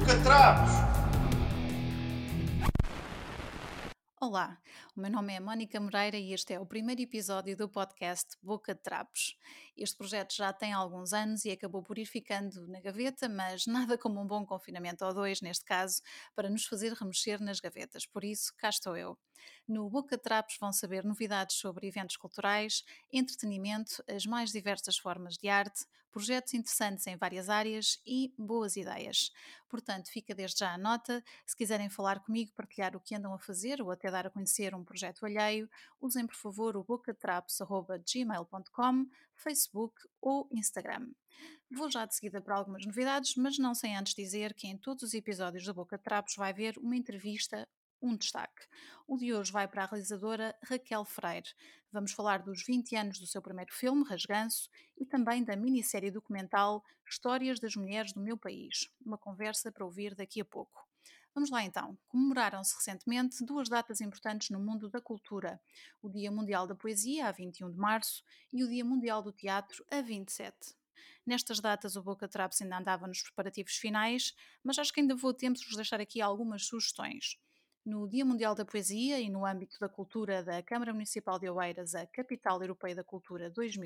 Boca de Trapos! Olá, o meu nome é Mónica Moreira e este é o primeiro episódio do podcast Boca de Trapos. Este projeto já tem alguns anos e acabou por ir ficando na gaveta, mas nada como um bom confinamento ou dois, neste caso, para nos fazer remexer nas gavetas. Por isso, cá estou eu. No Boca de Trapos vão saber novidades sobre eventos culturais, entretenimento, as mais diversas formas de arte, projetos interessantes em várias áreas e boas ideias. Portanto, fica desde já a nota. Se quiserem falar comigo, partilhar o que andam a fazer ou até dar a conhecer um projeto alheio, usem por favor o bocatrapos@gmail.com, Facebook ou Instagram. Vou já de seguida para algumas novidades, mas não sem antes dizer que em todos os episódios da Boca de Trapos vai haver uma entrevista, um destaque. O de hoje vai para a realizadora Raquel Freire. Vamos falar dos 20 anos do seu primeiro filme, Rasganço, e também da minissérie documental Histórias das Mulheres do Meu País. Uma conversa para ouvir daqui a pouco. Vamos lá então. Comemoraram-se recentemente duas datas importantes no mundo da cultura: o Dia Mundial da Poesia, a 21 de março, e o Dia Mundial do Teatro, a 27. Nestas datas, o Boca Traps ainda andava nos preparativos finais, mas acho que ainda vou a tempo de vos deixar aqui algumas sugestões. No Dia Mundial da Poesia e no âmbito da cultura da Câmara Municipal de Oeiras, a Capital Europeia da Cultura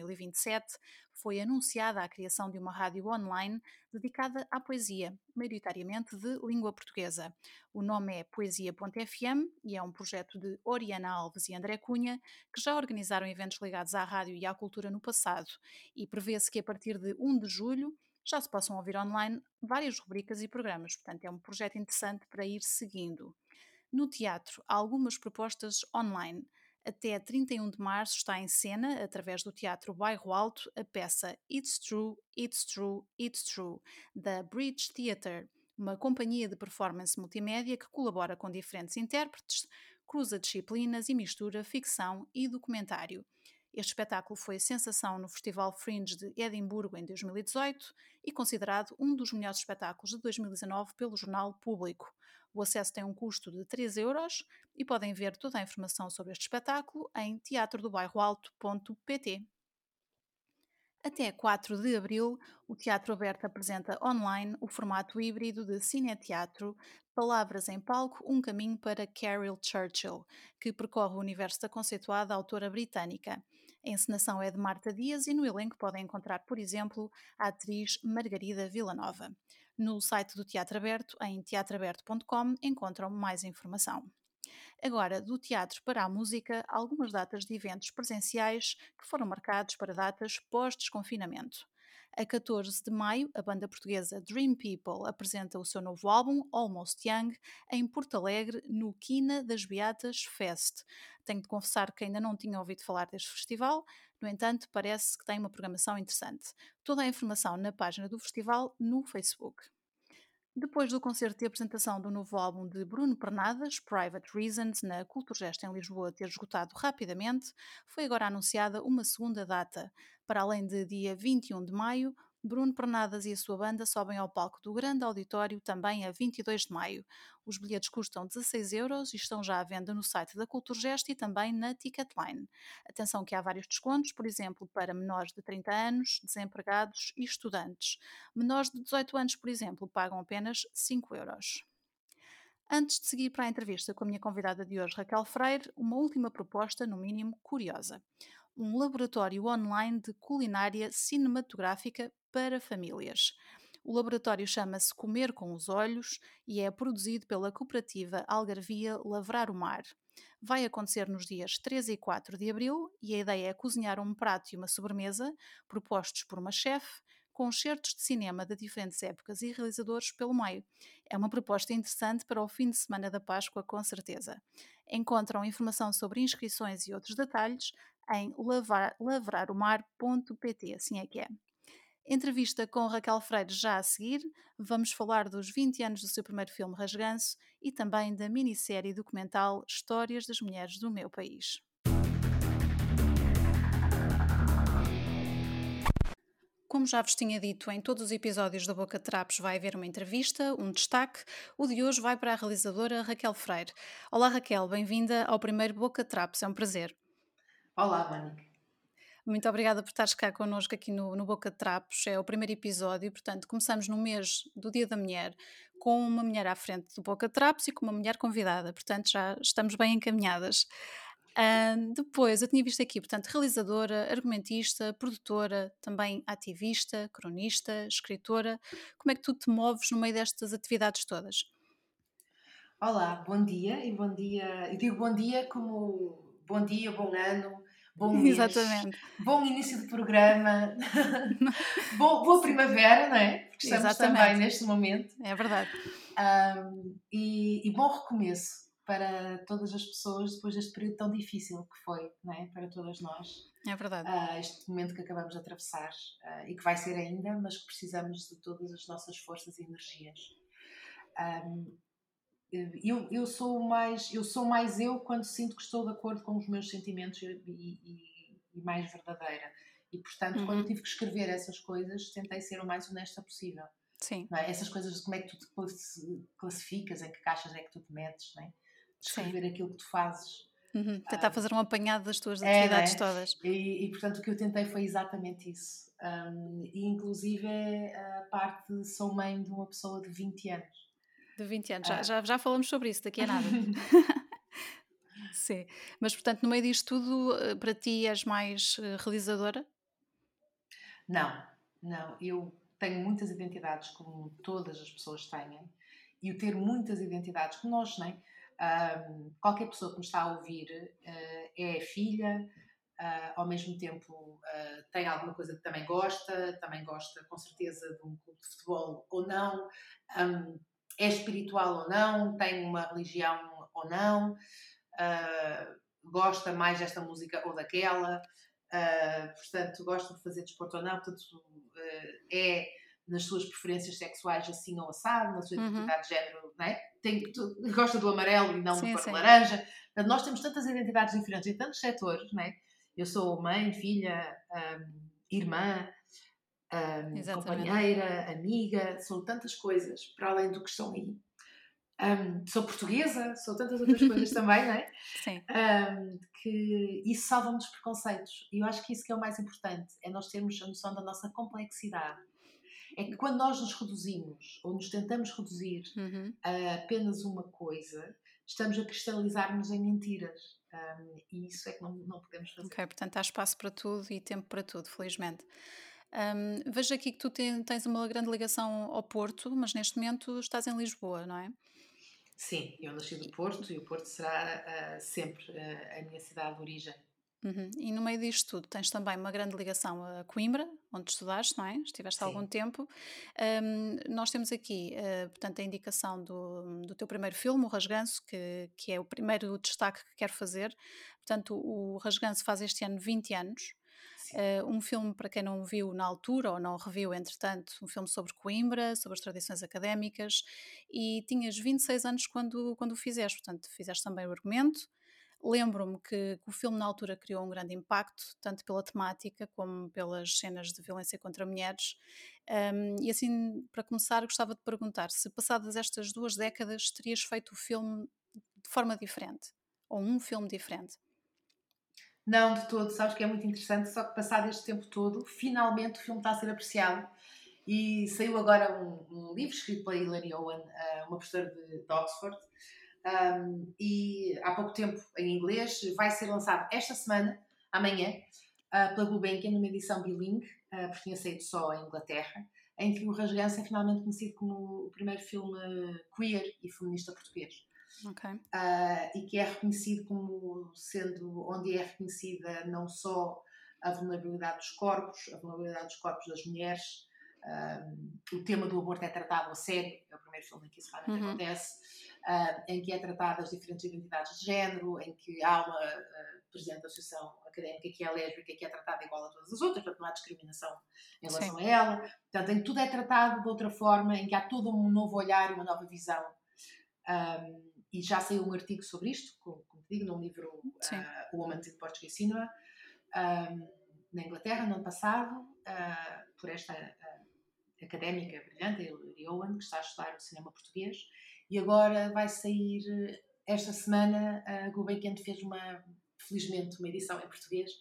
2027, foi anunciada a criação de uma rádio online dedicada à poesia, maioritariamente de língua portuguesa. O nome é Poesia.fm e é um projeto de Oriana Alves e André Cunha, que já organizaram eventos ligados à rádio e à cultura no passado, e prevê-se que a partir de 1 de julho já se possam ouvir online várias rubricas e programas, portanto é um projeto interessante para ir seguindo. No teatro, há algumas propostas online. Até 31 de março está em cena, através do Teatro Bairro Alto, a peça It's True, It's True, It's True, da Bridge Theatre, uma companhia de performance multimédia que colabora com diferentes intérpretes, cruza disciplinas e mistura ficção e documentário. Este espetáculo foi sensação no Festival Fringe de Edimburgo em 2018 e considerado um dos melhores espetáculos de 2019 pelo jornal Público. O acesso tem um custo de 3 euros e podem ver toda a informação sobre este espetáculo em teatrodobairroalto.pt. Até 4 de abril, o Teatro Aberto apresenta online o formato híbrido de cineteatro Palavras em Palco, um caminho para Carol Churchill, que percorre o universo da conceituada autora britânica. A encenação é de Marta Dias e no elenco podem encontrar, por exemplo, a atriz Margarida Villanova. No site do Teatro Aberto, em teatroaberto.com, encontram mais informação. Agora, do teatro para a música, algumas datas de eventos presenciais que foram marcados para datas pós-desconfinamento. A 14 de maio, a banda portuguesa Dream People apresenta o seu novo álbum, Almost Young, em Porto Alegre, no Quina das Beatas Fest. Tenho de confessar que ainda não tinha ouvido falar deste festival, no entanto, parece que tem uma programação interessante. Toda a informação na página do festival no Facebook. Depois do concerto de apresentação do novo álbum de Bruno Pernadas, Private Reasons, na Culturgest em Lisboa ter esgotado rapidamente, foi agora anunciada uma segunda data. Para além de dia 21 de maio, Bruno Pernadas e a sua banda sobem ao palco do Grande Auditório também a 22 de maio. Os bilhetes custam 16 euros e estão já à venda no site da Culturgest e também na Ticketline. Atenção que há vários descontos, por exemplo, para menores de 30 anos, desempregados e estudantes. Menores de 18 anos, por exemplo, pagam apenas 5 euros. Antes de seguir para a entrevista com a minha convidada de hoje, Raquel Freire, uma última proposta, no mínimo curiosa. Um laboratório online de culinária cinematográfica para famílias. O laboratório chama-se Comer com os Olhos e é produzido pela cooperativa Algarvia Lavrar o Mar. Vai acontecer nos dias 3 e 4 de abril e a ideia é cozinhar um prato e uma sobremesa propostos por uma chefe com certos de cinema de diferentes épocas e realizadores pelo meio. É uma proposta interessante para o fim de semana da Páscoa, com certeza. Encontram informação sobre inscrições e outros detalhes em lavraromar.pt, assim é que é. Entrevista com Raquel Freire já a seguir. Vamos falar dos 20 anos do seu primeiro filme Rasganço e também da minissérie documental Histórias das Mulheres do Meu País. Como já vos tinha dito, em todos os episódios da Boca de Trapos vai haver uma entrevista, um destaque. O de hoje vai para a realizadora Raquel Freire. Olá Raquel, bem-vinda ao primeiro Boca de Trapos, é um prazer. Olá, Mónica. Muito obrigada por estares cá connosco aqui no Boca de Trapos. É o primeiro episódio, portanto, começamos no mês do Dia da Mulher, com uma mulher à frente do Boca de Trapos e com uma mulher convidada, portanto, já estamos bem encaminhadas. Depois, eu tinha visto aqui, portanto, realizadora, argumentista, produtora, também ativista, cronista, escritora. Como é que tu te moves no meio destas atividades todas? Olá, bom dia e bom dia. Eu digo bom dia como bom dia, bom ano, bom mês, Exatamente. bom início de programa, boa Sim, primavera, não é? Porque estamos também exatamente. neste momento. É verdade. E bom recomeço para todas as pessoas depois deste período tão difícil que foi, não é? Para todas nós. É verdade. Este momento que acabamos de atravessar e que vai ser ainda, mas que precisamos de todas as nossas forças e energias. Eu sou mais eu quando sinto que estou de acordo com os meus sentimentos e mais verdadeira. E, portanto, quando eu Uhum. tive que escrever essas coisas, tentei ser o mais honesta possível. Sim, Não é? Essas coisas de como é que tu te classificas, em que caixas é que tu te metes, não é? sim. Descrever aquilo que tu fazes. Uhum. Tentar fazer um apanhado das tuas É, não atividades é? todas. Portanto, o que eu tentei foi exatamente isso. E, inclusive, a parte de sou mãe de uma pessoa de 20 anos. De 20 anos. Já, Ah, já, já falamos sobre isso daqui a nada. Sim. Mas, portanto, no meio disto tudo, para ti és mais realizadora? Não, não. Eu tenho muitas identidades, como todas as pessoas têm, e o ter muitas identidades, como nós, não é? Qualquer pessoa que me está a ouvir é filha, ao mesmo tempo tem alguma coisa que também gosta com certeza de um clube de futebol ou não, é espiritual ou não, tem uma religião ou não, gosta mais desta música ou daquela, portanto, gosta de fazer desporto ou não, portanto, é nas suas preferências sexuais assim ou assado, na sua Uhum. identidade de género, não é? Gosta do amarelo e não do Sim, cor de sim. laranja. Portanto, nós temos tantas identidades diferentes em tantos setores, não é? Eu sou mãe, filha, irmã, Exatamente. companheira, amiga, sou tantas coisas para além do que estão aí. Sou portuguesa, sou tantas outras coisas também, não é? Sim. Que isso salva-me dos preconceitos. E eu acho que isso que é o mais importante, é nós termos a noção da nossa complexidade. É que quando nós nos reduzimos, ou nos tentamos reduzir Uhum. a apenas uma coisa, estamos a cristalizar-nos em mentiras. E isso é que não podemos Ok, fazer. portanto há espaço para tudo e tempo para tudo, felizmente. Vejo aqui que tu tens uma grande ligação ao Porto, mas neste momento estás em Lisboa, não é? Sim, eu nasci do Porto e o Porto será sempre a minha cidade de origem. Uhum. E no meio disto tudo tens também uma grande ligação a Coimbra, onde estudaste, não é? Estiveste há algum Sim, tempo. Nós temos aqui, portanto, a indicação do teu primeiro filme, O Rasganço, que é o primeiro destaque que quero fazer. Portanto, o Rasganço faz este ano 20 anos. sim. Um filme, para quem não o viu na altura ou não o reviu, entretanto, um filme sobre Coimbra, sobre as tradições académicas, e tinhas 26 anos quando o fizeste, portanto, fizeste também o argumento. Lembro-me que o filme na altura criou um grande impacto, tanto pela temática como pelas cenas de violência contra mulheres. E assim, para começar, gostava de perguntar se passadas estas 2 décadas terias feito o filme de forma diferente, ou um filme diferente. Não, de todo, sabes que é muito interessante, só que passado este tempo todo, finalmente o filme está a ser apreciado e saiu agora um livro escrito pela Hilary Owen, uma professora de Oxford, e há pouco tempo em inglês, vai ser lançado esta semana, amanhã, pela Gulbenkian, numa edição bilingue, porque tinha saído só em Inglaterra, em que o Rasgança é finalmente conhecido como o primeiro filme queer e feminista português. Ok. E que é reconhecido como sendo onde é reconhecida não só a vulnerabilidade dos corpos, a vulnerabilidade dos corpos das mulheres, o tema do aborto é tratado a sério, é o primeiro filme em que isso realmente Uhum. acontece, em que é tratado as diferentes identidades de género, em que há uma presidente da associação académica que é lésbica e que é tratada igual a todas as outras, portanto não há discriminação em relação Sim. a ela, portanto em que tudo é tratado de outra forma, em que há todo um novo olhar e uma nova visão. E já saiu um artigo sobre isto, como te digo, num livro Sim. Women's in Portuguese Cinema, um, na Inglaterra, no ano passado, por esta académica brilhante, Hilary Owen, que está a estudar o cinema português, e agora vai sair esta semana, a Gulbenkian fez felizmente, uma edição em português,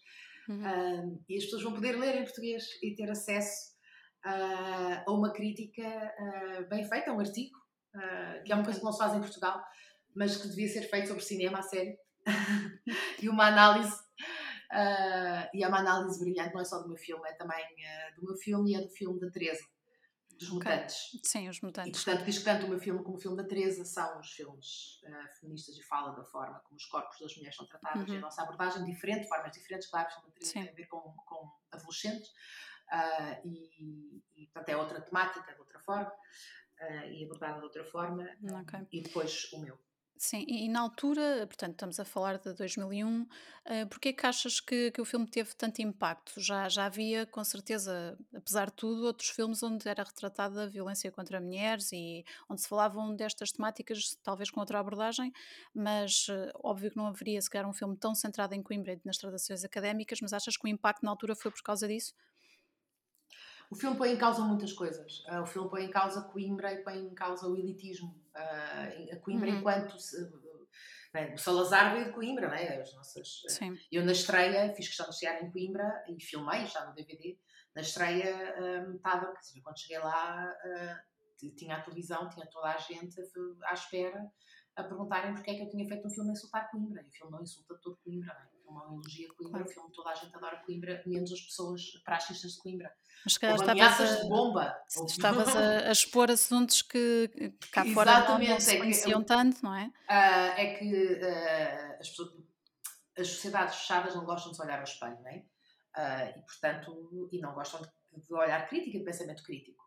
Uhum. E as pessoas vão poder ler em português e ter acesso a uma crítica bem feita, a um artigo, que é uma coisa Ok. que não se faz em Portugal, mas que devia ser feito sobre cinema, a sério, e uma análise. E é uma análise brilhante, não é só do meu filme, é também do meu filme e é do filme da Teresa, dos Ok. Mutantes. Sim, os E, mutantes, sim. portanto, diz que tanto o meu filme como o filme da Teresa são os filmes feministas e fala da forma como os corpos das mulheres são tratados e a Uhum. nossa abordagem diferente, formas diferentes, claro, o filme da Teresa Sim. tem a ver com adolescentes portanto, é outra temática, de outra forma, e abordada de outra forma, Ok. e depois o meu. Sim, e na altura, portanto, estamos a falar de 2001, porque é que achas que o filme teve tanto impacto? Já havia, com certeza, apesar de tudo, outros filmes onde era retratada a violência contra mulheres e onde se falavam destas temáticas, talvez com outra abordagem, mas óbvio que não haveria sequer um filme tão centrado em Coimbra e nas tradições académicas, mas achas que o impacto na altura foi por causa disso? O filme põe em causa muitas coisas. O filme põe em causa Coimbra e põe em causa o elitismo. A Coimbra Uhum, enquanto... bem, o Salazar veio de Coimbra, não é? sim. Eu na estreia fiz questão de chegar em Coimbra e filmei já no DVD. Na estreia estava, quer dizer, quando cheguei lá tinha a televisão, tinha toda a gente à espera a perguntarem porque é que eu tinha feito um filme a insultar Coimbra. E o filme não insulta todo Coimbra, não é? O filme não elogia Coimbra, o Claro. filme toda a gente adora Coimbra, menos as pessoas praxistas de Coimbra. Mas se calhar Houve ameaças de bomba. estavas a expor assuntos que cá fora não Exatamente, se conheciam tanto, não é? é que as sociedades fechadas não gostam de se olhar ao espelho, não é? E portanto, e não gostam de olhar crítico e de pensamento crítico.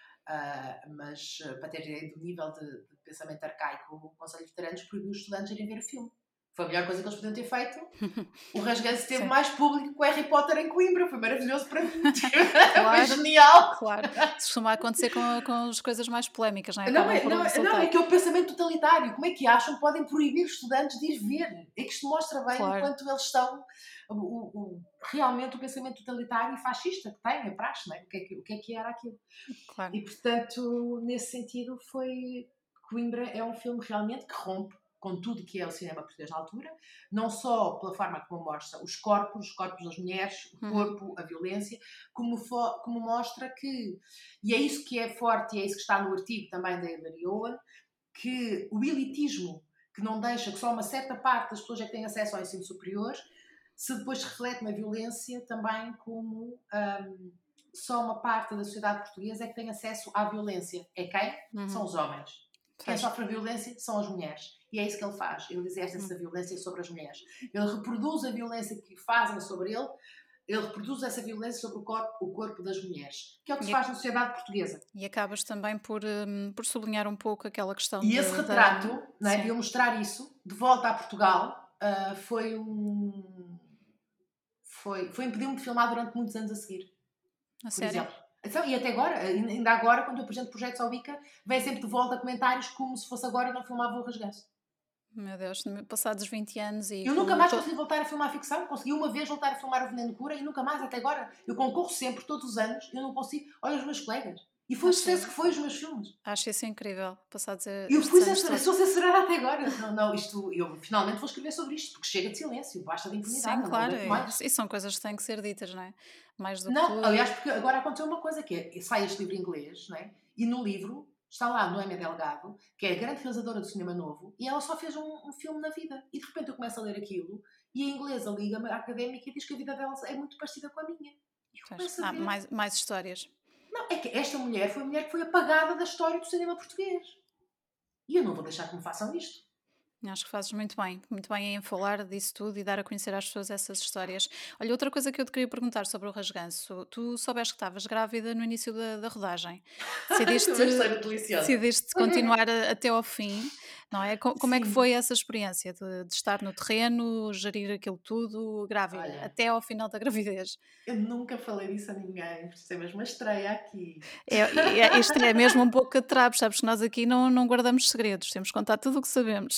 Mas para ter ideia do nível de pensamento arcaico, o Conselho de Veteranos proibiu os estudantes de irem ver o filme. Foi a melhor coisa que eles podiam ter feito. O Rasganse teve Sim, mais público que o Harry Potter em Coimbra. Foi maravilhoso para mim. Foi claro, genial. claro. Isso costuma acontecer com as coisas mais polémicas, não é? Não Acabam é, por não, não, é resultar. que é o pensamento totalitário. Como é que acham que podem proibir os estudantes de ir ver? É que isto mostra bem o Claro, quanto eles estão. Realmente o pensamento totalitário e fascista que tem, a praxe, não é? O que é que era aquilo? claro. E portanto, nesse sentido, foi. Coimbra é um filme realmente que rompe com tudo que é o cinema português na altura, não só pela forma como mostra os corpos das mulheres, o Uhum, corpo, a violência, como mostra que, e é isso que é forte, e é isso que está no artigo também da Hilary Owen, que o elitismo que não deixa que só uma certa parte das pessoas é que têm acesso ao ensino superior, se depois reflete na violência também como só uma parte da sociedade portuguesa é que tem acesso à violência. É quem? São uhum. os homens. Quem Pois. sofre a violência são as mulheres. E é isso que ele faz. Ele exerce Hum. essa violência sobre as mulheres. Ele reproduz a violência que fazem sobre ele, ele reproduz essa violência sobre o corpo das mulheres. Que é o que se E, faz na sociedade portuguesa. e acabas também por sublinhar um pouco aquela questão E esse da. retrato, não é, de Sim, eu mostrar isso, de volta a Portugal, foi um. Foi impediu-me de filmar durante muitos anos a seguir, a por sério? exemplo. Então, e até agora, ainda agora, quando eu apresento projetos ao ICA, vem sempre de volta comentários como se fosse agora e não filmava o rasganço. Meu Deus, passados 20 anos e Eu nunca com. mais consegui voltar a filmar ficção, consegui uma vez voltar a filmar o Veneno de Cura e nunca mais, até agora. Eu concorro sempre, todos os anos, eu não consigo. Olha os meus colegas. E foi o Acho, sucesso que foi os meus filmes. acho isso incrível, passados Eu estes fui anos censurada, todos. sou censurada até agora. Não, não, isto, eu finalmente vou escrever sobre isto, porque chega de silêncio, basta de Sim, impunidade, eu não claro, aguento mais. e são coisas que têm que ser ditas, não é? Mais do que Não, tudo. aliás, porque agora aconteceu uma coisa, que é, sai este livro em inglês, não é? E no livro está lá Noémia Delgado, que é a grande realizadora do cinema novo, e ela só fez um filme na vida. E de repente eu começo a ler aquilo, e a inglesa liga-me à académica e diz que a vida dela é muito parecida com a minha. E eu Pois, começo a há ver. mais histórias. Não, é que esta mulher foi a mulher que foi apagada da história do cinema português. E eu não vou deixar que me façam isto. Acho que fazes muito bem em falar disso tudo e dar a conhecer às pessoas essas histórias. Olha, outra coisa que eu te queria perguntar sobre o rasganço. Tu soubeste que estavas grávida no início da rodagem. Foi Decidiste, uma história deliciosa. decidiste continuar até ao fim, não é? Como é que Sim. foi essa experiência de estar no terreno, gerir aquilo tudo, grávida, Olha, até ao final da gravidez? eu nunca falei disso a ninguém, por isso é mesmo uma estreia aqui. Isto é mesmo um pouco de trapos, sabes que nós aqui não guardamos segredos, temos que contar tudo o que sabemos.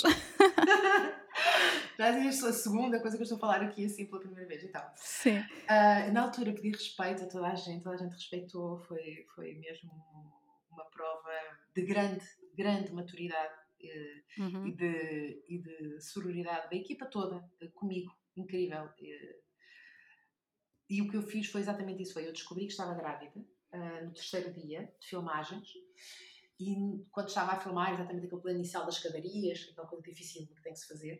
Já isto a segunda coisa que eu estou a falar aqui assim pela primeira vez. Então, Sim. na altura pedi respeito a toda a gente respeitou, foi mesmo uma prova de grande, grande maturidade e, Uhum. de sororidade da equipa toda comigo, incrível. E o que eu fiz foi exatamente isso. Eu descobri que estava grávida no terceiro dia de filmagens. E quando estava a filmar, exatamente aquele plano inicial das escadarias, aquela coisa difícil que tem que se fazer.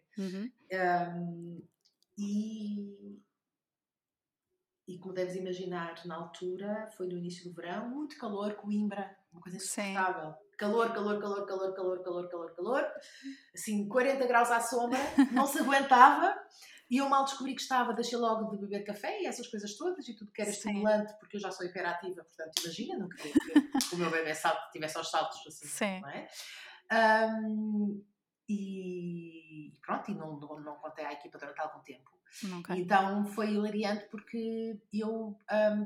E como deves imaginar, na altura, foi no início do verão, muito calor, Coimbra, uma coisa insuportável. Calor, calor, calor, calor, calor, calor, calor, calor. Assim, 40 graus à sombra, não se aguentava. E eu mal descobri que estava, deixei logo de beber café e essas coisas todas e tudo que era estimulante, porque eu já sou hiperativa, portanto, imagina, não queria que o meu bebê tivesse aos saltos assim, não é? E pronto, e não contei à equipa durante algum tempo. Okay. Então foi hilariante porque eu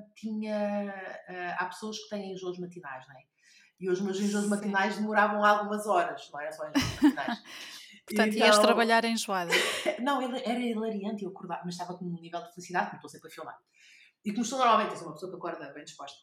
há pessoas que têm enjoos matinais, não é? E os meus enjoos matinais demoravam algumas horas, não era só enjoos matinais. Portanto, ias trabalhar enjoada. Não, era hilariante, eu acordava, mas estava com um nível de felicidade, como estou sempre a filmar. E como estou normalmente, eu sou uma pessoa que acorda bem disposta.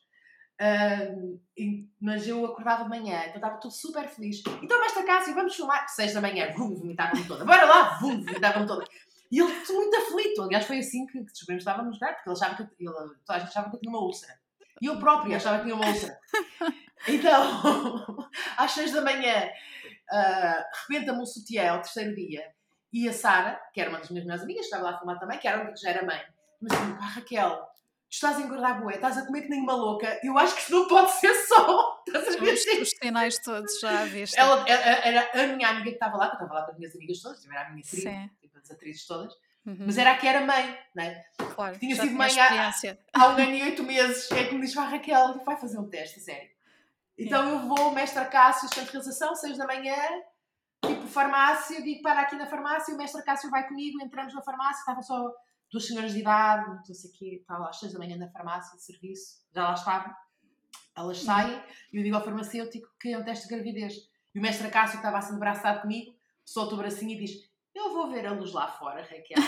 Mas eu acordava de manhã, então estava tudo super feliz. Então, mestre Cássio, vamos filmar. 6 da manhã, vomitava-me toda. Bora lá, vomitava-me toda. E ele muito aflito. Aliás, foi assim que descobrimos que estávamos graves, porque ele achava toda a gente achava que eu tinha uma úlcera. E eu própria achava que tinha uma úlcera. Então, às 6 da manhã, rebenta-me um sutiã ao terceiro dia. E a Sara, que era uma das minhas melhores amigas, que estava lá a filmar também, que já era mãe, mas assim, pá, Raquel, tu estás a engordar bué, estás a comer que nem uma louca, eu acho que isto não pode ser só. Estás a ver? Os sinais todos já viste. Ela era a minha amiga que estava lá, que eu estava lá com as minhas amigas todas, era a minha tribo, tipo, as atrizes todas, mas era a que era mãe, não é? Claro, que tinha já sido tinha mãe experiência. há 1 ano e 8 meses. É que me diz, vai Raquel, vai fazer um teste, sério. Então eu vou, mestre Cássio, assistente de realização, 6 da manhã, tipo farmácia, digo para aqui na farmácia, o mestre Cássio vai comigo, entramos na farmácia, estavam só 2 senhoras de idade, não sei o quê, estava lá às 6 da manhã na farmácia, de serviço, já lá estavam. Elas saem e eu digo ao farmacêutico que é um teste de gravidez. E o mestre Cássio, que estava assim de braço dado comigo, solta o bracinho e diz, eu vou ver a luz lá fora, Raquel.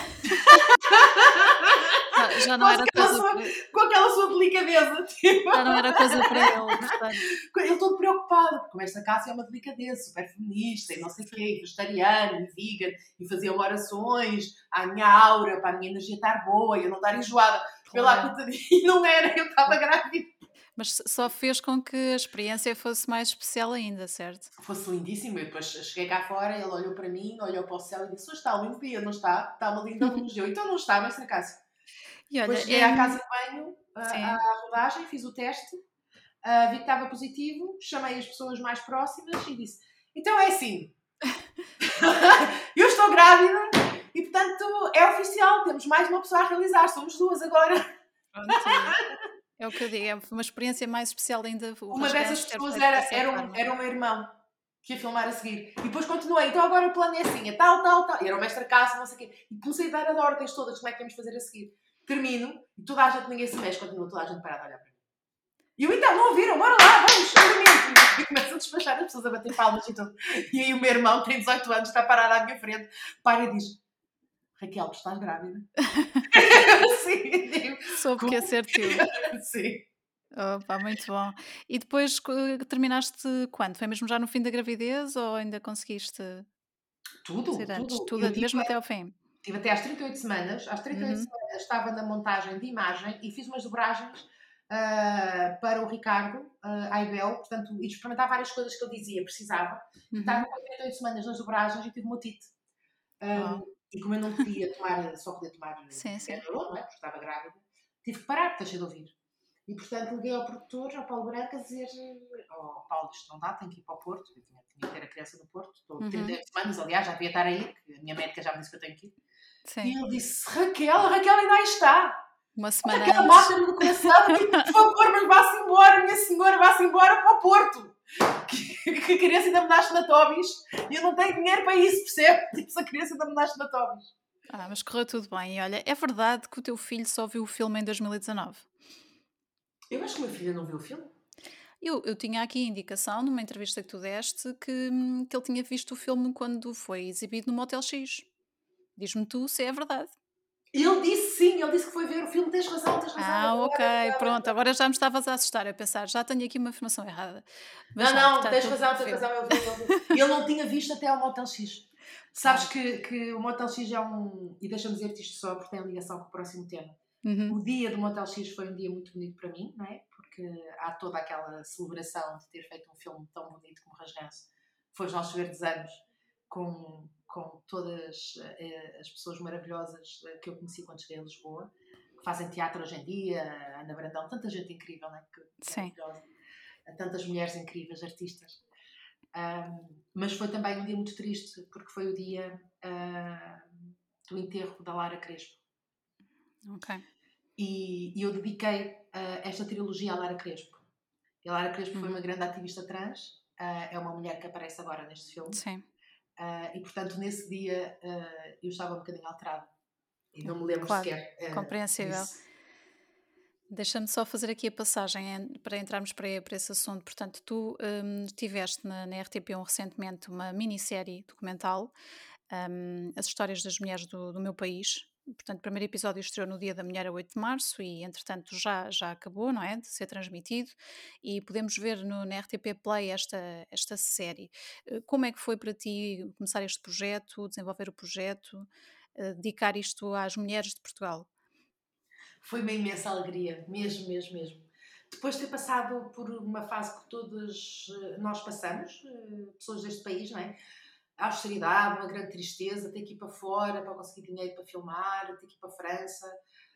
Já não era coisa com aquela sua delicadeza. Tipo. Já não era coisa para ele, portanto. Ele todo preocupado, porque o mestre Cássio é uma delicadeza, super feminista e não sei o quê, vegetariano e vegan, e fazia orações à minha aura, para a minha energia estar boa e eu não estar enjoada. Pela coitadinha, e não era, eu estava grávida. Mas só fez com que a experiência fosse mais especial ainda, certo? Fosse lindíssimo. Eu depois cheguei cá fora, ele olhou para mim, olhou para o céu e disse, hoje está um lindo dia, não está? Está uma linda luz. Eu, então não está, mestre Cássio. E olha, depois cheguei à casa de banho, à rodagem, fiz o teste, vi que estava positivo, chamei as pessoas mais próximas e disse, então é assim, eu estou grávida e portanto é oficial, temos mais uma pessoa a realizar, somos 2 agora. Pronto, é o que eu digo, é uma experiência mais especial ainda. Uma dessas pessoas era o meu irmão que ia filmar a seguir. E depois continuei, então agora o plano é assim, é tal, tal, tal. E era o mestre Cássio, não sei o quê. E comecei a dar as ordens todas, como é que íamos fazer a seguir. Termino, e toda a gente, ninguém se mexe, continua toda a gente parada a olhar para mim. E eu, então, não ouviram? Bora lá, vamos, andamento. E começam a despachar as pessoas a bater palmas e tudo. E aí o meu irmão, tem 18 anos, está parado à minha frente, para e diz, Raquel, tu estás grávida? Sim. Soube que ia ser teu. Sim. Opa, muito bom. E depois terminaste quando? Foi mesmo já no fim da gravidez ou ainda conseguiste Tudo. Tudo mesmo até ao fim? Estive até às 38 semanas. Às 38 semanas estava na montagem de imagem e fiz umas dobragens para o Ricardo Aibel, portanto, e experimentar várias coisas que ele dizia, precisava. Estava com 38 semanas nas dobragens e tive uma otite. E como eu não podia tomar, só podia tomar Benuron, não é? Porque estava grávida, tive que parar, deixei de ouvir. E, portanto, liguei ao produtor, ao Paulo Branco, a dizer Paulo, isto não dá, tenho que ir para o Porto. Eu tinha que ter a criança no Porto. Estou 38 semanas, aliás, já devia estar aí, que a minha médica já me disse que eu tenho que ir. Sim. E ele disse, Raquel, a Raquel ainda aí está. Uma semana Raquel, mata-me no coração, tipo, por favor, mas vá-se embora, minha senhora, vá-se embora para o Porto. Que a criança ainda me nasce na Tobis e eu não tenho dinheiro para isso, percebe? Tipo, se a criança ainda me nasce na Tobis. Mas correu tudo bem. E olha, é verdade que o teu filho só viu o filme em 2019? Eu acho que a minha filha não viu o filme. Eu tinha aqui a indicação, numa entrevista que tu deste, que ele tinha visto o filme quando foi exibido no Motel X. Diz-me tu se é verdade. Ele disse sim, ele disse que foi ver o filme, tens razão. Ok, pronto, agora já me estavas a assustar, a pensar, já tenho aqui uma informação errada. Mas não, tens razão, eu vi. Ele não tinha visto até ao Motel X. Sabes que o Motel X é e deixa-me dizer-te isto só, porque tem ligação com o próximo tema. Uhum. O dia do Motel X foi um dia muito bonito para mim, não é? Porque há toda aquela celebração de ter feito um filme tão bonito como Rasganço. Foi os nossos verdes anos, com todas as pessoas maravilhosas que eu conheci quando cheguei a Lisboa, que fazem teatro hoje em dia, a Ana Brandão, tanta gente incrível, não é? Que é Sim, maravilhosa. Tantas mulheres incríveis, artistas. Mas foi também um dia muito triste, porque foi o dia do enterro da Lara Crespo. ok. E eu dediquei esta trilogia à Lara Crespo. E a Lara Crespo foi Uhum. uma grande ativista trans, é uma mulher que aparece agora neste filme. Sim, E portanto, nesse dia eu estava um bocadinho alterada. E não me lembro claro, sequer compreensível. disso. Deixa-me só fazer aqui a passagem para entrarmos para esse assunto. Portanto, tu tiveste na RTP1 recentemente uma minissérie documental, As Histórias das Mulheres do meu país. Portanto, o primeiro episódio estreou no Dia da Mulher, a 8 de março, e entretanto já acabou, não é? De ser transmitido, e podemos ver na RTP Play esta série. Como é que foi para ti começar este projeto, desenvolver o projeto, dedicar isto às mulheres de Portugal? Foi uma imensa alegria, mesmo, mesmo, mesmo. Depois de ter passado por uma fase que todos nós passamos, pessoas deste país, não é? A austeridade, uma grande tristeza, ter que ir para fora para conseguir dinheiro para filmar, ter que ir para a França,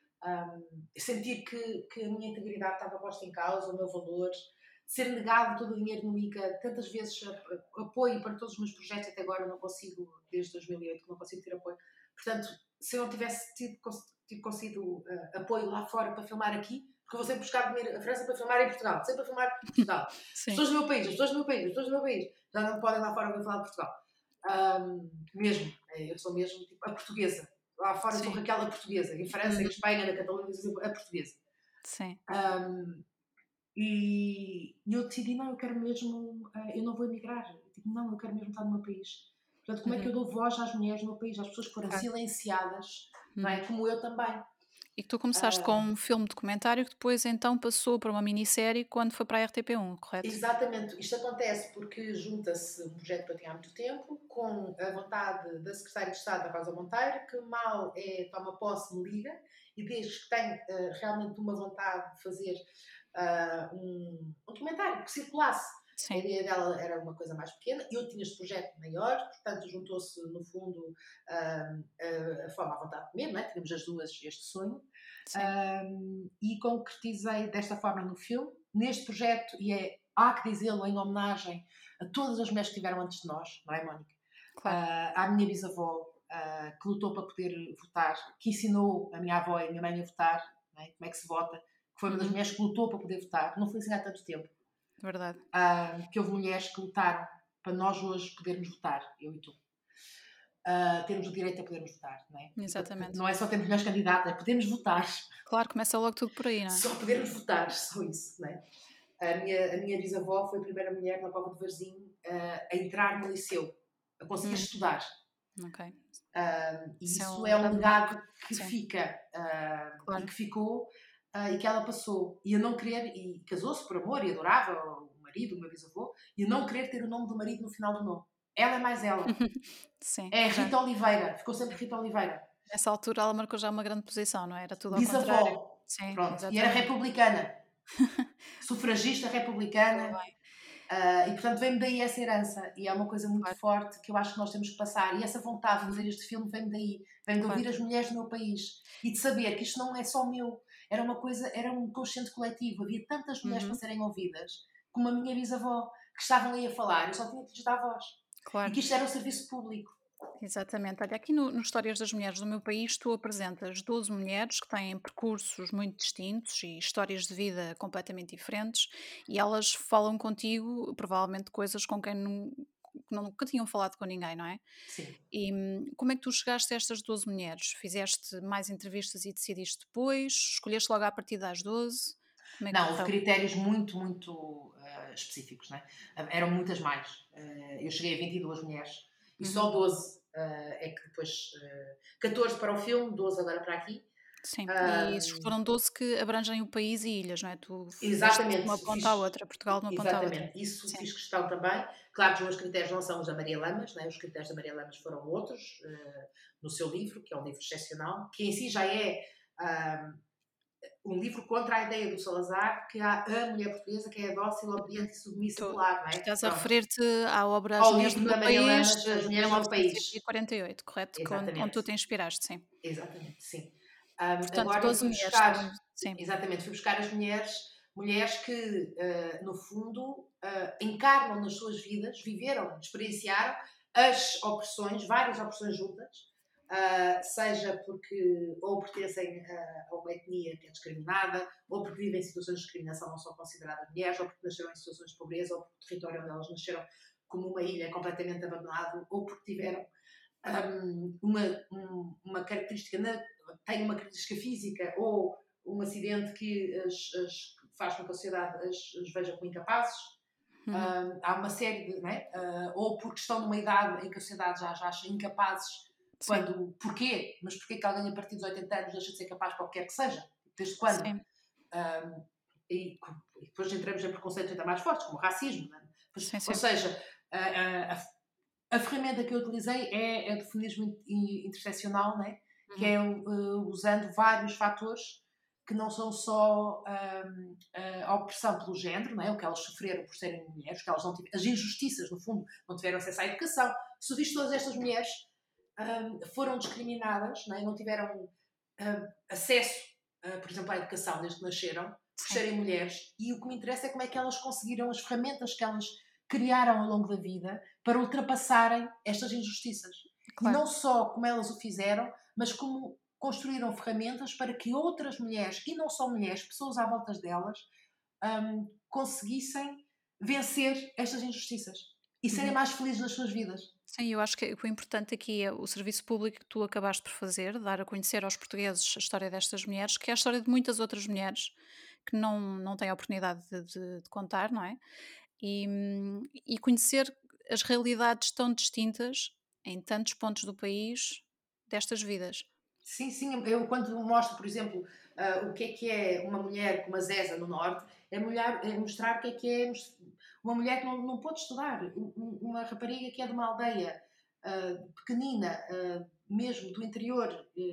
sentir que a minha integridade estava posta em causa, o meu valor, ser negado todo o dinheiro no ICA, tantas vezes apoio para todos os meus projetos, até agora não consigo, desde 2008, que não consigo ter apoio. Portanto, se eu não tivesse tido conseguido apoio lá fora para filmar aqui, porque eu vou sempre buscar dinheiro à França para filmar em Portugal, sempre para filmar em Portugal. As Sim. pessoas do meu país, as pessoas do meu país, as pessoas do meu país, já não podem lá fora para falar de Portugal. Mesmo, eu sou mesmo tipo a portuguesa. Lá fora eu sou Sim. Raquel a portuguesa, em França, em Uhum. Espanha, na Catalunha, a portuguesa. Sim. Um, e eu decidi, não, eu quero mesmo, eu não vou emigrar. Tipo, não, eu quero mesmo estar no meu país. Portanto, como é que eu Uhum. dou voz às mulheres no meu país, às pessoas que foram Claro. silenciadas, não Uhum. é? Como eu também. E que tu começaste com um filme documentário que depois então passou para uma minissérie quando foi para a RTP1, correto? Exatamente, isto acontece porque junta-se um projeto que eu tinha há muito tempo com a vontade da Secretária de Estado, da Rosa Monteiro, que mal toma posse me liga e diz que tem realmente uma vontade de fazer um documentário que circulasse. A Sim, ideia dela era uma coisa mais pequena, eu tinha este projeto maior, portanto juntou-se no fundo a fome à vontade de comer, não é? Tínhamos as duas este sonho. sim, E concretizei desta forma no filme, neste projeto, e há que dizê-lo em homenagem a todas as mulheres que tiveram antes de nós, não é, Mónica? claro. À minha bisavó, que lutou para poder votar, que ensinou a minha avó e a minha mãe a votar, não é? Como é que se vota, que foi uma das Uhum, mulheres que lutou para poder votar, não foi assim há tanto tempo, verdade. que houve mulheres que lutaram para nós hoje podermos votar, eu e tu. Termos o direito a podermos votar, não é? Exatamente. Não é só termos melhores candidatos, é podermos votar. Claro, começa logo tudo por aí, não é? Só podermos votar, só isso, não é? A minha bisavó foi a primeira mulher na Póvoa de Varzim a entrar no liceu, a conseguir Uhum, estudar. ok. E Isso é isso um é um grande marco. legado que Sim, fica e claro. que ficou e que ela passou. E a não querer, e casou-se por amor e adorava o marido, o meu bisavô, e a não querer ter o nome do marido no final do nome. Ela é mais ela. Sim, É já. Rita Oliveira, ficou sempre Rita Oliveira. Nessa altura ela marcou já uma grande posição, não é? Era tudo ao contrário. Bisavó, Sim, pronto. E era exatamente. republicana, sufragista Ainda republicana. bem, E portanto vem-me daí essa herança e é uma coisa muito claro, forte que eu acho que nós temos que passar e essa vontade de fazer uhum, este filme vem-me daí, vem de claro. ouvir as mulheres do meu país e de saber que isto não é só meu, era uma coisa, era um consciente coletivo, havia tantas mulheres para Uhum, serem ouvidas como a minha bisavó que estavam ali a falar, eu só tinha de lhes dar voz e claro. que isto era um serviço público. Exatamente. Olha, aqui no Histórias das Mulheres do meu país, tu apresentas 12 mulheres que têm percursos muito distintos e histórias de vida completamente diferentes, e elas falam contigo, provavelmente, coisas com quem nunca tinham falado com ninguém, não é? Sim. E como é que tu chegaste a estas 12 mulheres? Fizeste mais entrevistas e decidiste depois? Escolheste logo a partir das 12? Como é que Não, houve correu? critérios muito, muito específicos, né? Eram muitas mais. Eu cheguei a 22 mulheres e só Uhum. 12 é que depois. 14 para o filme, 12 agora para aqui. Sim, e esses Um, foram 12 que abrangem o país e ilhas, não é? Tu deste de exatamente, uma ponta à fiz. outra, Portugal de uma ponta à outra. Exatamente, isso Sim. fiz questão também. Claro que os meus critérios não são os da Maria Lamas, né? Os critérios da Maria Lamas foram outros no seu livro, que é um livro excepcional, que em si já é um livro contra a ideia do Salazar que há a mulher portuguesa que é dócil, obediente e submissa Tu, do lar, não tu é? estás a Pronto. referir-te à obra As Ao Mulheres do livro Meu da Maria País, Lamas, As de Mulheres do Meu País. 1948, correto? Onde Exatamente. tu te inspiraste, sim. Exatamente, sim. Portanto, Agora eu 12 fui mulheres, buscar, segundo. Sim. exatamente, fui buscar as mulheres que, no fundo, encarnam nas suas vidas, viveram, experienciaram as opressões, várias opressões juntas, seja porque ou pertencem a uma etnia que é discriminada, ou porque vivem em situações de discriminação não são consideradas mulheres, ou porque nasceram em situações de pobreza, ou porque o território onde elas nasceram como uma ilha completamente abandonado, ou porque tiveram uma característica, tem uma característica física ou um acidente que faz com que a sociedade as veja como incapazes. Uhum. Há uma série de. Né? Ou porque estão numa idade em que a sociedade já as acha incapazes. Sim, Quando. Porquê? Mas porquê que alguém a partir dos 80 anos deixa de ser capaz para o que quer que seja? Desde quando? sim, Um, e, e depois entramos em preconceitos ainda mais fortes, como o racismo. Né? sim, Ou sim. seja, a ferramenta que eu utilizei é do feminismo interseccional, né? Que Uhum. é usando vários fatores que não são só a opressão pelo género, né? O que elas sofreram por serem mulheres, que elas não tiveram, as injustiças, no fundo, não tiveram acesso à educação. Se viste todas estas mulheres foram discriminadas, né? Não tiveram acesso, por exemplo, à educação desde que nasceram, por Sim, serem mulheres, e o que me interessa é como é que elas conseguiram as ferramentas que elas criaram ao longo da vida para ultrapassarem estas injustiças. E claro. não só como elas o fizeram, mas como construíram ferramentas para que outras mulheres, e não só mulheres, pessoas à volta delas, conseguissem vencer estas injustiças e serem Uhum. mais felizes nas suas vidas. Sim, eu acho que o importante aqui é o serviço público que tu acabaste por fazer, dar a conhecer aos portugueses a história destas mulheres, que é a história de muitas outras mulheres que não têm a oportunidade de contar, não é? E conhecer as realidades tão distintas em tantos pontos do país destas vidas. Sim, sim, eu quando mostro, por exemplo, o que é uma mulher como a Zeza no Norte, é mostrar o que é uma mulher que não pode estudar, uma rapariga que é de uma aldeia pequenina, mesmo do interior,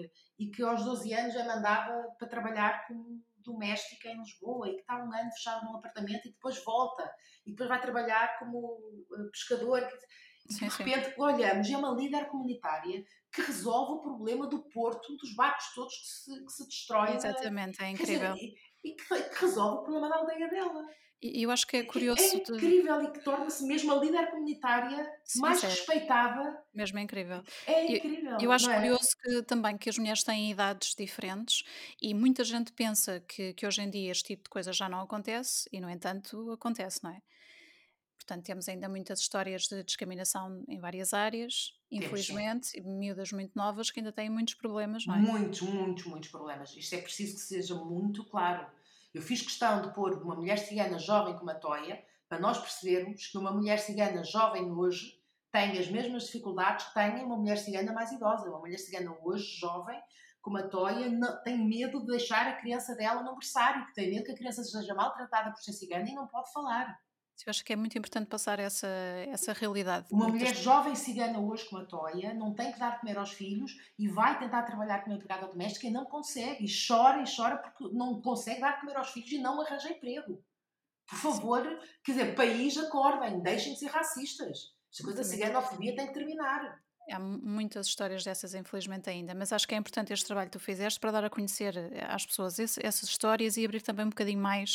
e que aos 12 anos é mandada para trabalhar como doméstica em Lisboa e que está um ano fechada num apartamento e depois volta e depois vai trabalhar como pescador e que Sim, de sim. repente olhamos é uma líder comunitária que resolve o problema do porto, dos barcos todos que se destroem. Exatamente, é Quer dizer, incrível. que resolve o problema da aldeia dela. E eu acho que é É curioso de. incrível e que torna-se mesmo a líder comunitária Sim, mais isso é respeitada. mesmo incrível. É Eu incrível, acho não é? curioso que também que as mulheres têm idades diferentes e muita gente pensa que hoje em dia este tipo de coisa já não acontece e, no entanto, acontece, não é? Portanto, temos ainda muitas histórias de discriminação em várias áreas, Temos sim. infelizmente, e miúdas muito novas que ainda têm muitos problemas, não é? Muitos, muitos, muitos problemas. Isto é preciso que seja muito claro. Eu fiz questão de pôr uma mulher cigana jovem como a Toia, para nós percebermos que uma mulher cigana jovem hoje tem as mesmas dificuldades que tem uma mulher cigana mais idosa. Uma mulher cigana hoje, jovem, como a Toia, tem medo de deixar a criança dela no berçário, que tem medo que a criança seja maltratada por ser cigana e não pode falar. Eu acho que é muito importante passar essa realidade, Uma porque mulher jovem cigana hoje como a Toia não tem que dar de comer aos filhos e vai tentar trabalhar como empregada doméstica e não consegue. E chora porque não consegue dar de comer aos filhos e não arranja emprego. Por sim, favor, quer dizer, país, acordem, deixem de ser racistas. Esta coisa da exatamente. ciganofobia tem que terminar. Há muitas histórias dessas, infelizmente, ainda, mas acho que é importante este trabalho que tu fizeste para dar a conhecer às pessoas essas histórias e abrir também um bocadinho mais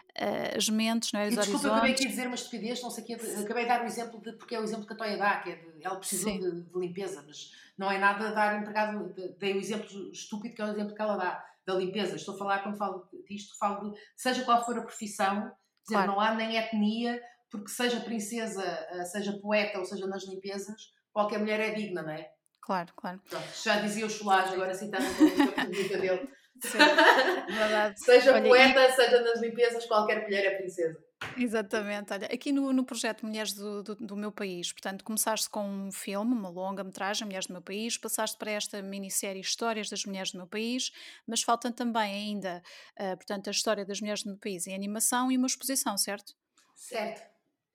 as mentes, não é? E Os desculpa, eu acabei aqui horizontes. de dizer uma estupidez, não sei o quê, acabei de dar o exemplo de, porque é o exemplo que a Toia dá, que é de, ela precisou Sim, de limpeza, mas não é nada de dar empregado, dei o exemplo estúpido que é o exemplo que ela dá, da limpeza. Estou a falar, quando falo disto, falo de, seja qual for a profissão, dizer, claro, não há nem etnia, porque seja princesa, seja poeta ou seja nas limpezas, qualquer mulher é digna, não é? claro, claro. Pronto, já dizia o Cholage, Sim, agora citando uma música bonita dele. sim, verdade. Seja Olha, e poeta, seja nas limpezas, qualquer mulher é princesa. exatamente, olha, aqui no projeto Mulheres do Meu País, portanto, começaste com um filme, uma longa-metragem, Mulheres do Meu País, passaste para esta minissérie Histórias das Mulheres do Meu País, mas falta também ainda, portanto, a história das mulheres do meu país em animação e uma exposição, certo? Certo.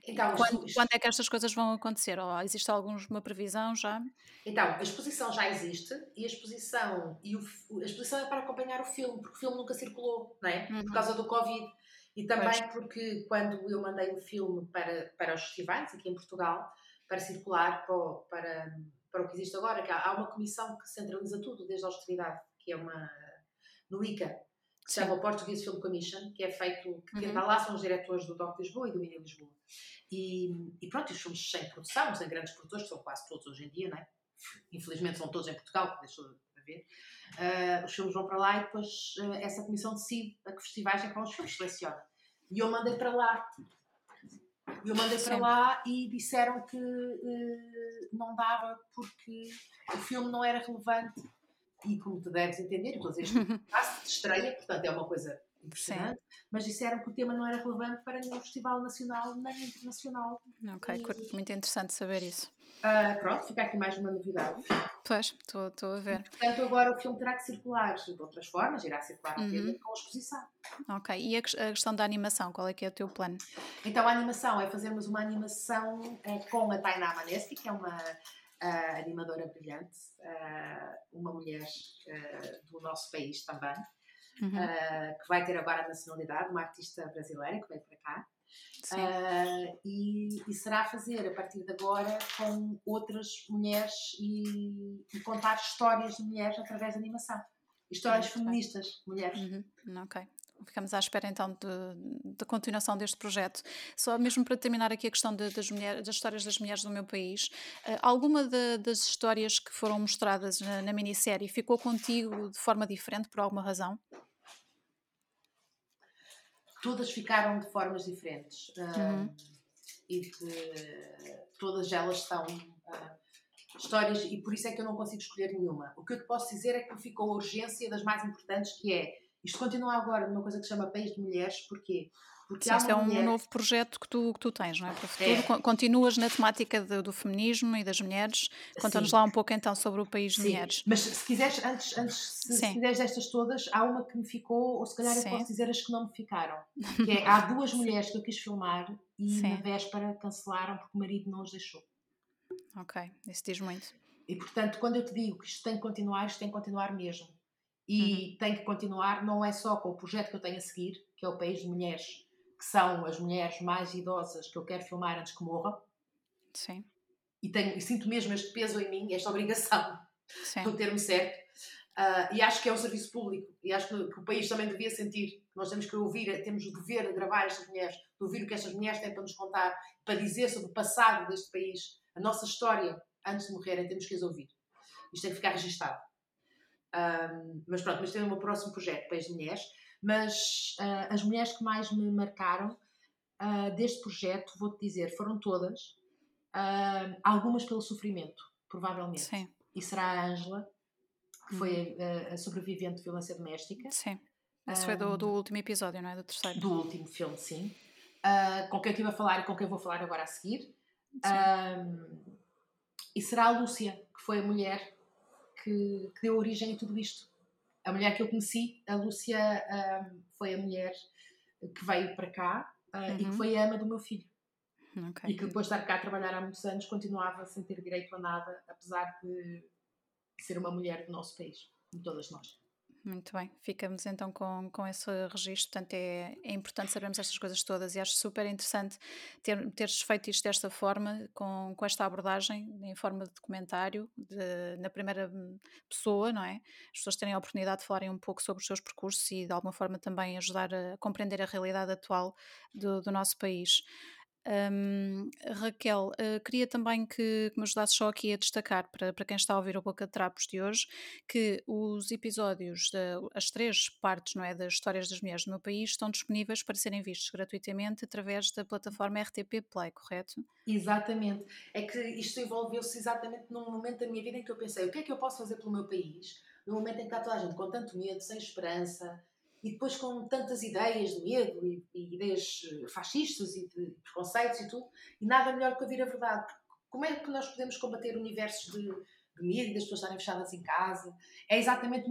E Então, quando é que estas coisas vão acontecer? Ou existe alguma previsão já? então, a exposição já existe e a exposição, a exposição é para acompanhar o filme, porque o filme nunca circulou, não é? Por Uhum, causa do Covid. E pois. também porque quando eu mandei o filme para os festivais aqui em Portugal, para circular para o que existe agora, que há uma comissão que centraliza tudo, desde a austeridade, que é uma no ICA, que se chama Sim. o Portuguese Film Commission, que é feito, que quem está Uhum, lá são os diretores do DOC Lisboa e do Mini Lisboa. E pronto, os filmes sem produção, sem grandes produtores, que são quase todos hoje em dia, não é? Infelizmente são todos em Portugal, que deixou de haver. Os filmes vão para lá e depois essa comissão decide a que festivais é que vão os filmes, seleciona. E eu mandei para lá. sim. E disseram que não dava porque o filme não era relevante e como tu deves entender, estou a dizer isto de estreia, portanto é uma coisa Sim. impressionante, mas disseram que o tema não era relevante para nenhum festival nacional nem internacional. Ok, muito interessante saber isso. Pronto, fica aqui mais uma novidade. Pois, estou a E, ver. portanto, agora o filme terá que circular de outras formas, irá circular Uhum, obviamente com a exposição. ok. E a questão da animação, qual é que é o teu plano? Então a animação é fazermos uma animação com a Tainá Maneski, que é uma animadora brilhante, uma mulher do nosso país também, Uhum, que vai ter agora a nacionalidade, uma artista brasileira que veio para cá. sim. E será a fazer a partir de agora com outras mulheres e contar histórias de mulheres através da animação. Histórias Muito bem. feministas, mulheres. Uhum, ok. Ficamos à espera então de continuação deste projeto. Só mesmo para terminar aqui a questão das mulheres, das histórias das mulheres do meu país, alguma das histórias que foram mostradas na minissérie ficou contigo de forma diferente por alguma razão? Todas ficaram de formas diferentes Uhum, e todas elas são histórias e por isso é que eu não consigo escolher nenhuma. O que eu te posso dizer é que ficou a urgência das mais importantes, que é isto continua agora numa coisa que se chama País de Mulheres, porquê? Porque sim, há isto é uma um mulher. novo projeto que tu tens, não é? Para o futuro. É, Continuas na temática do feminismo e das mulheres. Conta-nos sim, lá um pouco então sobre o país de sim. mulheres. Mas se quiseres, se Sim, quiseres destas todas, há uma que me ficou, ou se calhar eu posso sim, dizer as que não me ficaram. Que é, há duas sim, mulheres que eu quis filmar e na sim, véspera cancelaram porque o marido não os deixou. ok, isso diz muito. E portanto, quando eu te digo que isto tem que continuar, isto tem que continuar mesmo. Uhum, E tem que continuar não é só com o projeto que eu tenho a seguir, que é o País de Mulheres, que são as mulheres mais idosas que eu quero filmar antes que morram, sim, e sinto mesmo este peso em mim, esta obrigação, é sim. o termo certo, e acho que é um serviço público, e acho que o país também devia sentir que nós temos que ouvir, temos o dever de gravar estas mulheres, de ouvir o que estas mulheres têm para nos contar, para dizer sobre o passado deste país, a nossa história, antes de morrerem, temos que as ouvir. Isto tem que ficar registado. Mas pronto, mas tem o meu próximo projeto, País de Mulheres. Mas as mulheres que mais me marcaram deste projeto, vou-te dizer, foram todas, algumas pelo sofrimento, provavelmente. Sim, E será a Ângela, que uhum, foi a sobrevivente de violência doméstica, sim. Esse foi do último episódio, não é? Do terceiro. do último filme, sim, com quem eu estive a falar e com quem eu vou falar agora a seguir. Sim, E será a Lúcia, que foi a mulher que deu origem a tudo isto. A mulher que eu conheci, a Lúcia, foi a mulher que veio para cá e que uhum, foi a ama do meu filho. ok. E que depois de estar cá a trabalhar há muitos anos continuava sem ter direito a nada, apesar de ser uma mulher do nosso país, como todas nós. Muito bem, ficamos então com esse registro, portanto é importante sabermos estas coisas todas e acho super interessante teres feito isto desta forma, com esta abordagem em forma de documentário, na primeira pessoa, não é? As pessoas terem a oportunidade de falarem um pouco sobre os seus percursos e de alguma forma também ajudar a compreender a realidade atual do nosso país. Raquel, queria também que me ajudasses só aqui a destacar para quem está a ouvir o Boca de Trapos de hoje, que os episódios, as três partes, não é, das histórias das mulheres do meu país estão disponíveis para serem vistos gratuitamente através da plataforma RTP Play, correto? Exatamente. É que isto envolveu-se exatamente num momento da minha vida em que eu pensei o que é que eu posso fazer pelo meu país? No momento em que está toda a gente com tanto medo, sem esperança, e depois com tantas ideias de medo e ideias fascistas e de preconceitos e tudo, e nada melhor que ouvir a verdade. Como é que nós podemos combater universos de medo e das pessoas estarem fechadas em casa? É exatamente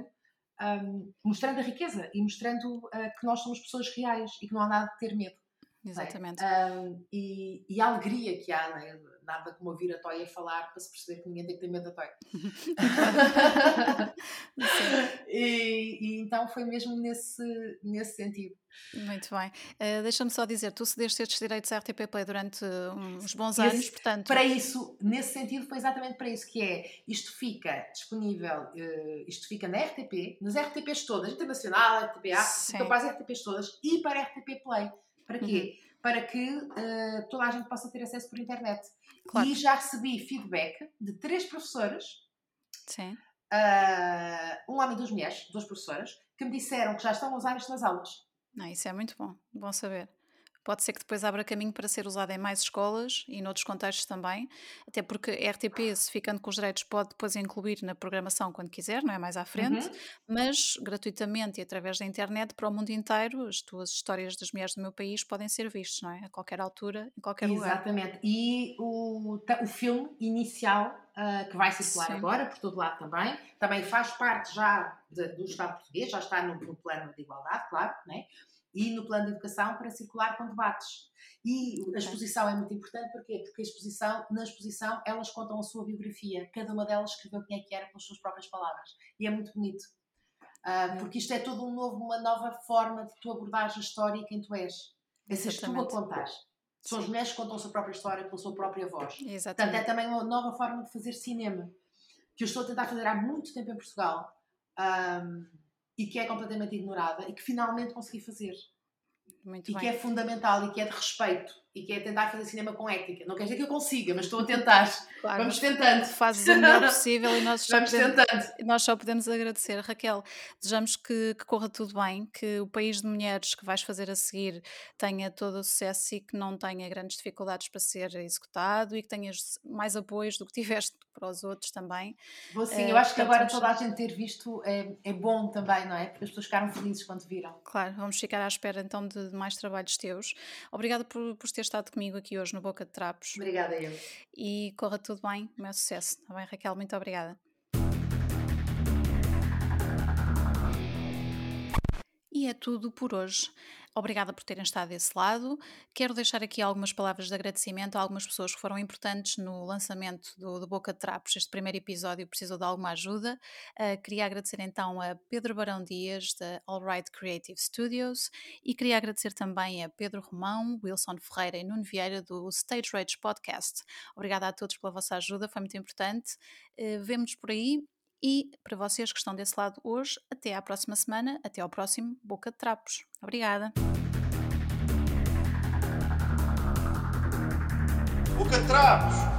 mostrando a riqueza e mostrando que nós somos pessoas reais e que não há nada de ter medo. exatamente. E a alegria que há, né? Nada como ouvir a Toia falar para se perceber que ninguém tem que ter medo da Toia. e então foi mesmo nesse sentido. Muito bem. Deixa-me só dizer, tu cedeste estes direitos à RTP Play durante uns bons anos, portanto... Para isso, nesse sentido, foi exatamente para isso que é. Isto fica disponível, isto fica na RTP, nas RTPs todas, Internacional, RTP África, fica para as RTPs todas e para a RTP Play. Para quê? Para que toda a gente possa ter acesso por internet. Claro. E já recebi feedback de 3 professoras, sim. Um homem e 2 mulheres, 2 professoras, que me disseram que já estão a usar isto nas aulas. Isso é muito bom saber. Pode ser que depois abra caminho para ser usado em mais escolas e noutros contextos também, até porque a RTP, se ficando com os direitos, pode depois incluir na programação quando quiser, não é? Mais à frente, mas gratuitamente e através da internet para o mundo inteiro, as tuas histórias das mulheres do meu país podem ser vistas, não é? A qualquer altura, em qualquer lugar. Exatamente. E o filme inicial, que vai circular agora por todo lado também faz parte já do Estado português, já está no plano de igualdade, claro, né? E no plano de educação para circular com debates. E a exposição é muito importante, porquê? Porque na exposição elas contam a sua biografia, cada uma delas escreveu quem é que era pelas suas próprias palavras. E é muito bonito. Porque isto é toda uma nova forma de tu abordares a história e quem tu és. É seres tu a contar. São as mulheres que contam a sua própria história pela sua própria voz. Exatamente. Portanto, é também uma nova forma de fazer cinema, que eu estou a tentar fazer há muito tempo em Portugal, e que é completamente ignorada, e que finalmente consegui fazer. Muito e bem. Que é fundamental, e que é de respeito, e que é tentar fazer cinema com ética. Não quer dizer que eu consiga, mas estou a tentar. Claro, vamos tentando. Fazes o melhor possível e nós só podemos agradecer. Raquel, desejamos que corra tudo bem, que o país de mulheres que vais fazer a seguir tenha todo o sucesso e que não tenha grandes dificuldades para ser executado e que tenhas mais apoios do que tiveste para os outros também. Sim, eu acho que agora toda a gente ter visto é bom também, não é? Porque as pessoas ficaram felizes quando viram. Claro, vamos ficar à espera então de mais trabalhos teus. Obrigada por ter estado comigo aqui hoje no Boca de Trapos. Obrigada eu. E corra tudo bem, o meu sucesso. Está bem, Raquel? Muito obrigada. E é tudo por hoje. Obrigada por terem estado desse lado. Quero deixar aqui algumas palavras de agradecimento a algumas pessoas que foram importantes no lançamento do Boca de Trapos. Este primeiro episódio precisou de alguma ajuda. Queria agradecer então a Pedro Barão Dias, da Alright Creative Studios, e queria agradecer também a Pedro Romão, Wilson Ferreira e Nuno Vieira, do Stage Rage Podcast. Obrigada a todos pela vossa ajuda, foi muito importante. Vemo-nos por aí. E para vocês que estão desse lado hoje, até à próxima semana, até ao próximo Boca de Trapos. Obrigada. Boca de Trapos!